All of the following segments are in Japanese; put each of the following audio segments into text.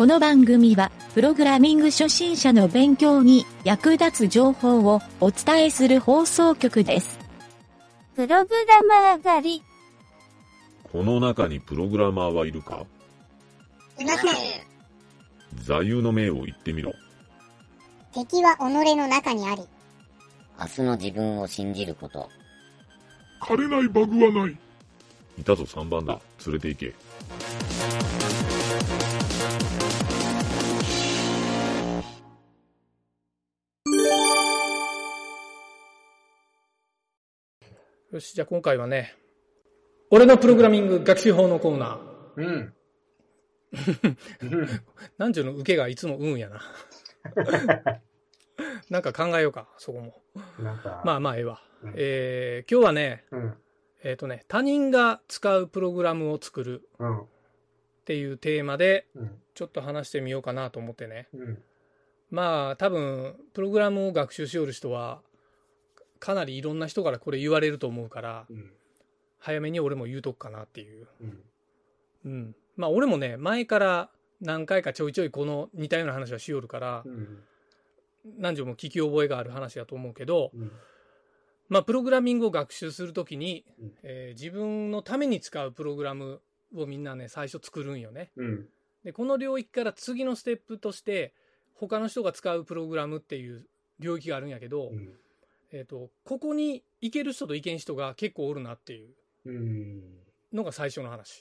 の番組は、プログラミング初心者の勉強に役立つ情報をお伝えする放送局です。 プログラマー狩り。 この中にプログラマーはいるか？ いません。 座右の銘を言ってみろ。 敵は己の中にあり。 明日の自分を信じること。 枯れないバグはない。 いたぞ3番だ。連れて行け。 よし、じゃあ今回はね、俺のプログラミング学習法のコーナー。なんちゅうの受けがいつもやな。なんか考えようか、そこも。まあええわ。今日はね、他人が使うプログラムを作るっていうテーマでちょっと話してみようかなと思ってね。まあ多分プログラムを学習しよる人はかなりいろんな人からこれ言われると思うから、早めに俺も言うとくかなっていう。まあ俺もね、前から何回かちょいちょいこの似たような話はしよるから、何条も聞き覚えがある話だと思うけど、まあプログラミングを学習するときに、自分のために使うプログラムをみんなね、最初作るんよね。で、この領域から次のステップとして、他の人が使うプログラムっていう領域があるんやけど、ここに行ける人と行けん人が結構おるなっていうのが最初の話。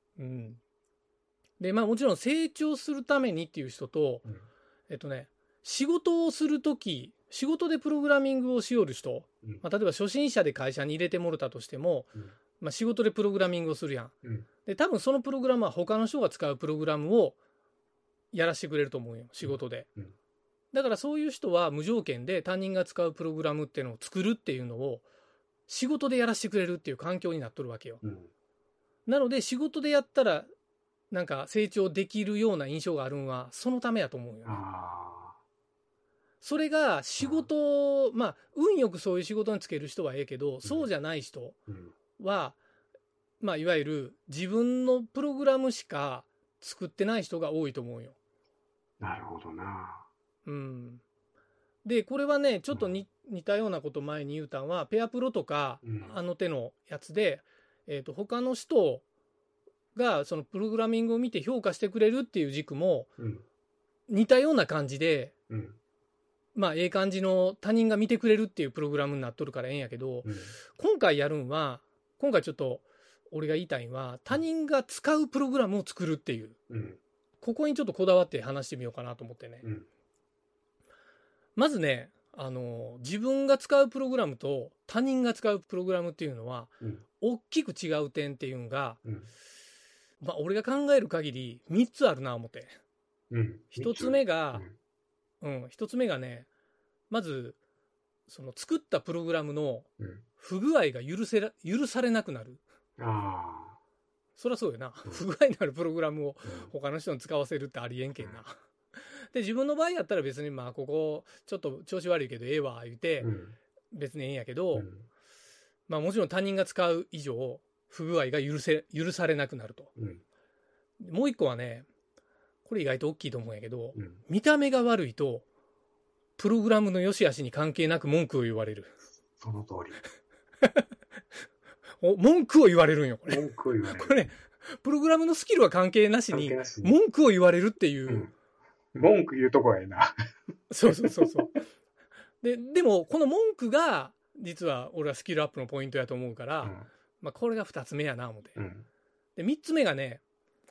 で、まあもちろん成長するためにっていう人と、仕事をするとき、仕事でプログラミングをしよる人、まあ、例えば初心者で会社に入れてもろたとしても、まあ、仕事でプログラミングをするやん。で、多分そのプログラムは他の人が使うプログラムをやらせてくれると思うよ、仕事で。だからそういう人は無条件で他人が使うプログラムっていうのを作るっていうのを仕事でやらせてくれるっていう環境になっとるわけよ。なので仕事でやったらなんか成長できるような印象があるのはそのためやと思うよね。それが仕事、まあ運よくそういう仕事につける人はええけど、そうじゃない人は、まあいわゆる自分のプログラムしか作ってない人が多いと思うよ。 なるほどな。 でこれはねちょっと似たようなこと前に言うたんはペアプロとか、あの手のやつで、他の人がそのプログラミングを見て評価してくれるっていう軸も、似たような感じで、まあええ感じの他人が見てくれるっていうプログラムになっとるからええんやけど、今回ちょっと俺が言いたいのは他人が使うプログラムを作るっていう、ここにちょっとこだわって話してみようかなと思ってね。まずね、自分が使うプログラムと他人が使うプログラムっていうのは、大きく違う点っていうのが、まあ俺が考える限り3つあるな思って。1つ目がね、まずその作ったプログラムの不具合が許されなくなる。そりゃそうよな。不具合になるプログラムを他の人に使わせるってありえんけんな。で自分の場合やったら別にまあここちょっと調子悪いけどええわ言うて別にええんやけど、まあもちろん他人が使う以上不具合が許されなくなると。もう一個はね、これ意外と大きいと思うんやけど、見た目が悪いとプログラムの良し悪しに関係なく文句を言われる。 その通り。 文句を言われるんよこれ。 文句を言われる。 これね、プログラムのスキルは関係なしに文句を言われるっていう。 文句言うとこがええな。 そう。でもこの文句が実は俺はスキルアップのポイントやと思うから、まあこれが2つ目やな思って。で3つ目がね、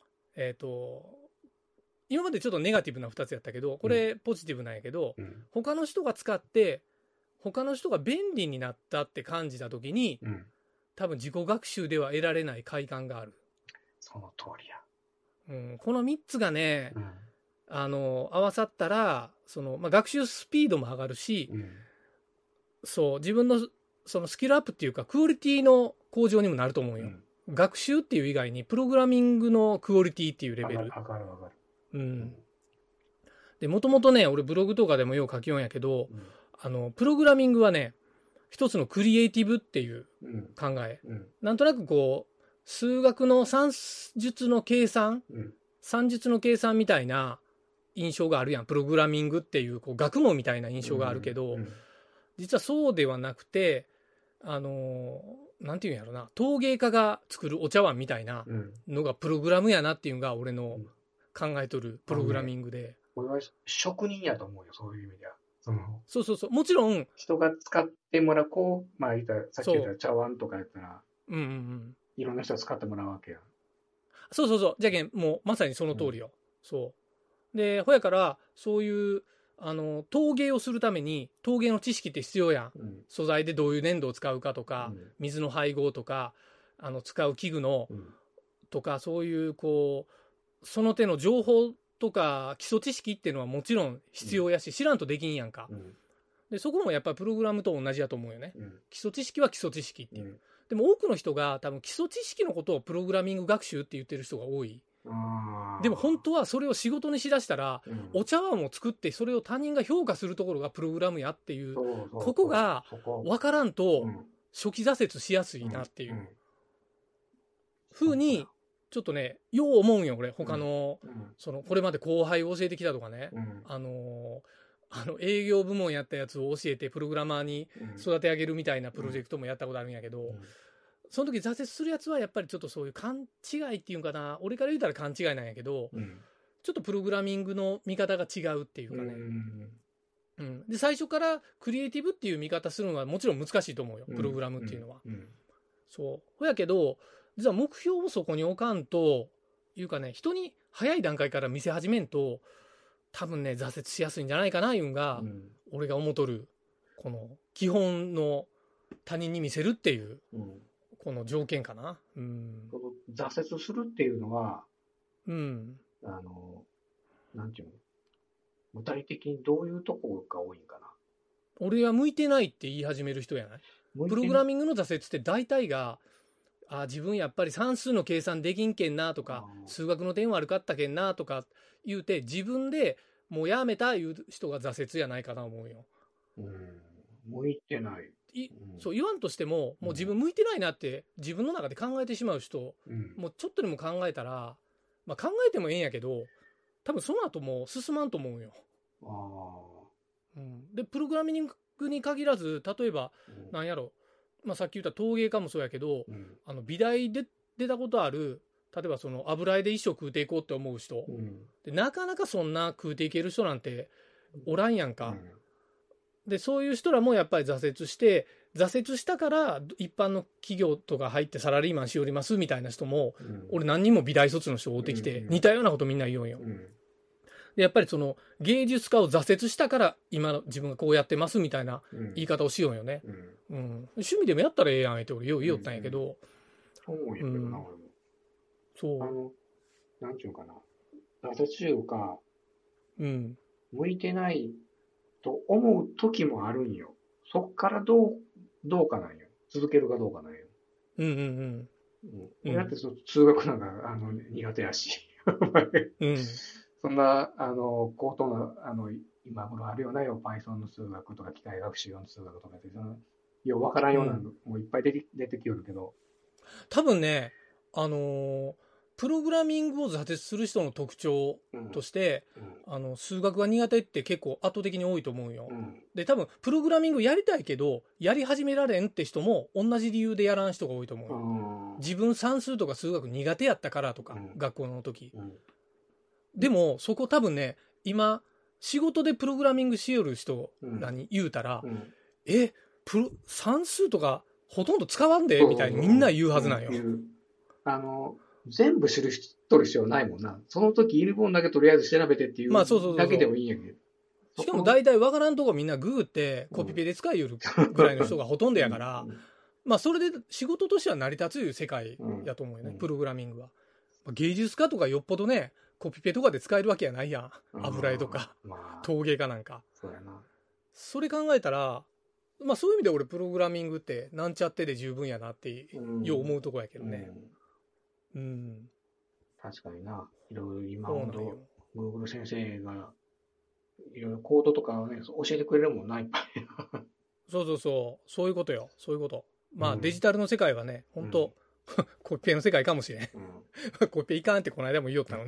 今までちょっとネガティブな2つやったけど、これポジティブなんやけど、他の人が使って他の人が便利になったって感じた時に、多分自己学習では得られない快感がある。 その通りや。 この3つがね、合わさったらまあ、学習スピードも上がるし、自分のそのスキルアップっていうかクオリティの向上にもなると思うよ。学習っていう以外にプログラミングのクオリティっていうレベル。 上がる。 でもともとね俺ブログとかでもよう書きようんやけど、プログラミングはね一つのクリエイティブっていう考え、なんとなくこう数学の算術の計算算術の計算みたいな印象があるやん。プログラミングっていう、こう学問みたいな印象があるけど、実はそうではなくて、なんていうんやろな、陶芸家が作るお茶碗みたいなのがプログラムやなっていうのが俺の考えとるプログラミングで。 俺は職人やと思うよ、そういう意味では。 そうそうそう。もちろん、 人が使ってもらう、まあ言ったら、さっき言った茶碗とかやったら、いろんな人が使ってもらうわけや。 そうそうそう。じゃけん、もうまさにその通りよ。そう。で、ほやから、そういう、陶芸をするために、陶芸の知識って必要やん。素材でどういう粘土を使うかとか、水の配合とか、使う器具の、とか、そういう、こう、その手の情報とか、基礎知識っていうのはもちろん必要やし、知らんとできんやんか。で、そこもやっぱりプログラムと同じだと思うよね。基礎知識は基礎知識っていう。でも多くの人が多分基礎知識のことをプログラミング学習って言ってる人が多い。でも本当はそれを仕事にしだしたら、お茶碗を作ってそれを他人が評価するところがプログラムやっていう、ここが分からんと初期挫折しやすいなっていうふうにちょっとね、よう思うんよ俺。他のこれまで後輩を教えてきたとかね、営業部門やったやつを教えてプログラマーに育て上げるみたいなプロジェクトもやったことあるんやけど、その時挫折するやつはやっぱりちょっとそういう勘違いっていうんかな、俺から言うたら勘違いなんやけど、ちょっとプログラミングの見方が違うっていうかね。で、最初からクリエイティブっていう見方するのはもちろん難しいと思うよ、プログラムっていうのは。そう。ほやけど、実は目標をそこに置かんというかね、人に早い段階から見せ始めんと、多分ね、挫折しやすいんじゃないかな、いうんが、俺が思っとる、この基本の他人に見せるっていう、この条件かな。 挫折するっていうのは、なんていうの、具体的にどういうとこが多いんかな。 俺は向いてないって言い始める人やない？プログラミングの挫折って大体が、自分やっぱり算数の計算できんけんなとか、数学の点悪かったけんなとか言うて、自分でもうやめたいう人が挫折やないかな思うよ。 向いてない。 そう言わんとしても、もう自分向いてないなって自分の中で考えてしまう人、もうちょっとでも考えたら、まあ、考えてもええんやけど、多分その後もう進まんと思うよ。で、プログラミングに限らず、例えば、なんやろ、まあ、さっき言った陶芸家もそうやけど、美大で出たことある、例えばその油絵で一生食うていこうって思う人、でなかなかそんな食うていける人なんておらんやんか。で、そういう人らもやっぱり挫折したから一般の企業とか入ってサラリーマンしよりますみたいな人も、俺何人も美大卒の人を追ってきて、似たようなことみんな言うんよ。で、やっぱりその芸術家を挫折したから今の自分がこうやってますみたいな言い方をしようよね。趣味でもやったらええやんって俺よう言おったんやけど。 そうやけどな、俺も。そう。なんちゅうかな。挫折いうか、向いてないと思う時もあるんよ。そっからどうかなんよ。続けるかどうかなんよ。俺だって数学なんか苦手やし。そんな、高等な、今頃あるよなよ、Python の数学とか、機械学習用の数学とかって、ようわからんようなのもいっぱい出てきよるけど。 多分ね、プログラミングを挫折する人の特徴として、数学が苦手って結構圧倒的に多いと思うよ。で、多分、プログラミングやりたいけど、やり始められんって人も同じ理由でやらん人が多いと思うよ。自分算数とか数学苦手やったからとか、学校の時。でも、そこ多分ね、今、仕事でプログラミングしよる人らに言うたら、算数とかほとんど使わんでみたいにみんな言うはずなんよ。 全部知る必要ないもんな。その時いる分だけとりあえず調べてっていうだけでもいいんやけど。 しかも大体わからんとこみんなググってコピペで使いよるぐらいの人がほとんどやから、まあそれで仕事としては成り立ついう世界やと思うよね、プログラミングは。芸術家とかよっぽどね、コピペとかで使えるわけやないやん。油絵とか、陶芸家なんか。それ考えたら、まあそういう意味で俺プログラミングってなんちゃってで十分やなってよう思うとこやけどね。 確かにな。いろいろ今ほど Google 先生がいろいろコードとかをね、教えてくれるもんない。 そういうことよ。そういうこと。まあデジタルの世界はね、本当コピペの世界かもしれん。コピペいかんってこの間も言おったのに。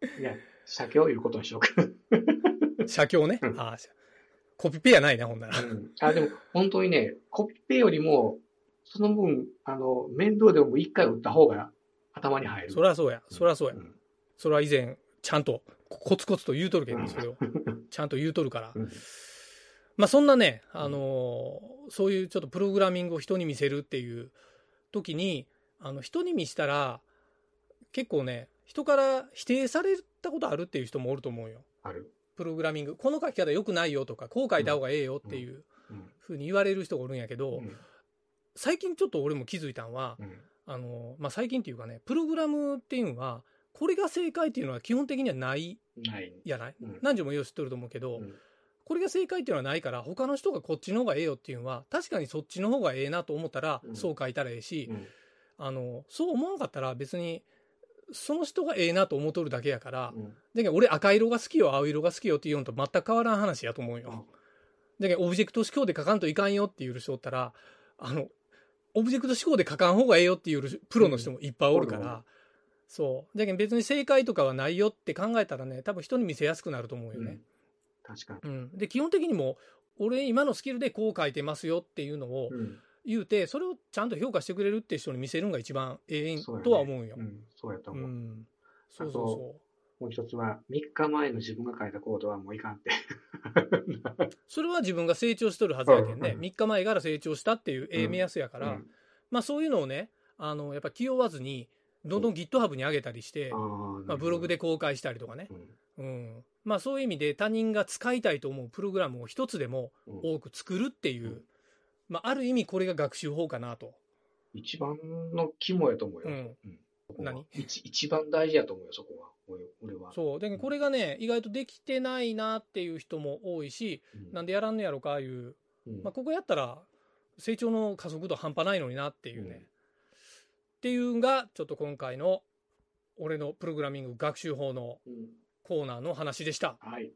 いや、写経を言うことにしようか。 写経ね。コピペやないな、ほんなら。 でも、本当にね、コピペよりも、その分、面倒でも一回打った方が頭に入る。 そりゃそうや。そりゃそうや。それは以前、ちゃんと、コツコツと言うとるけど、それを。ちゃんと言うとるから。まあ、そんなね、そういうちょっとプログラミングを人に見せるっていう時に、人に見したら、結構ね、人から否定されたことあるっていう人もおると思うよ。 ある。 プログラミング。この書き方良くないよとか、こう書いた方がええよっていうふうに言われる人がおるんやけど、最近ちょっと俺も気づいたんは、まあ、最近っていうかね、プログラムっていうのは、これが正解っていうのは基本的にはないやない、何十も言う知っとると思うけど、これが正解っていうのはないから、他の人がこっちの方がええよっていうのは、確かにそっちの方がええなと思ったら、そう書いたらええし、そう思わなかったら別に、その人がええなと思っとるだけやから、だけど俺赤色が好きよ、青色が好きよっていうのと全く変わらん話やと思うよ。だけどオブジェクト思考で書かんといかんよっていう人おったら、オブジェクト思考で書かん方がええよっていうプロの人もいっぱいおるから、そう。だけど別に正解とかはないよって考えたらね、多分人に見せやすくなると思うよね。 確かに。 で、基本的にも、俺今のスキルでこう書いてますよっていうのを言うて、それをちゃんと評価してくれるって人に見せるのが一番ええとは思うよ。 そうやと思う。 そうそう。 もう一つは、3日前の自分が書いたコードはもういかんって。 それは自分が成長しとるはずやけんね。3日前から成長したっていう目安やから、まあそういうのをね、やっぱ気負わずに、どんどん GitHub に上げたりして、まあブログで公開したりとかね。まあそういう意味で他人が使いたいと思うプログラムを一つでも多く作るっていう、まあある意味これが学習法かなと。 一番の肝やと思うよ。 何？ 一番大事やと思うよ、そこは。俺は。 そう。で、これがね、意外とできてないなっていう人も多いし、なんでやらんのやろかいう、まあここやったら成長の加速度半端ないのになっていうね。っていうのが、ちょっと今回の俺のプログラミング学習法のコーナーの話でした。 はい。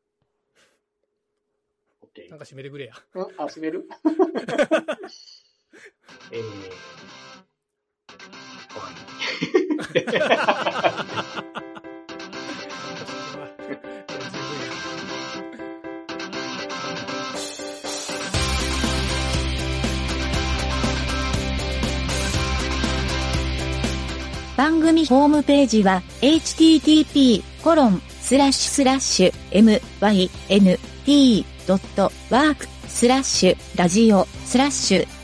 なんか締めてくれや。 締める番組ホームページは http://myn.t.work/ラジオ/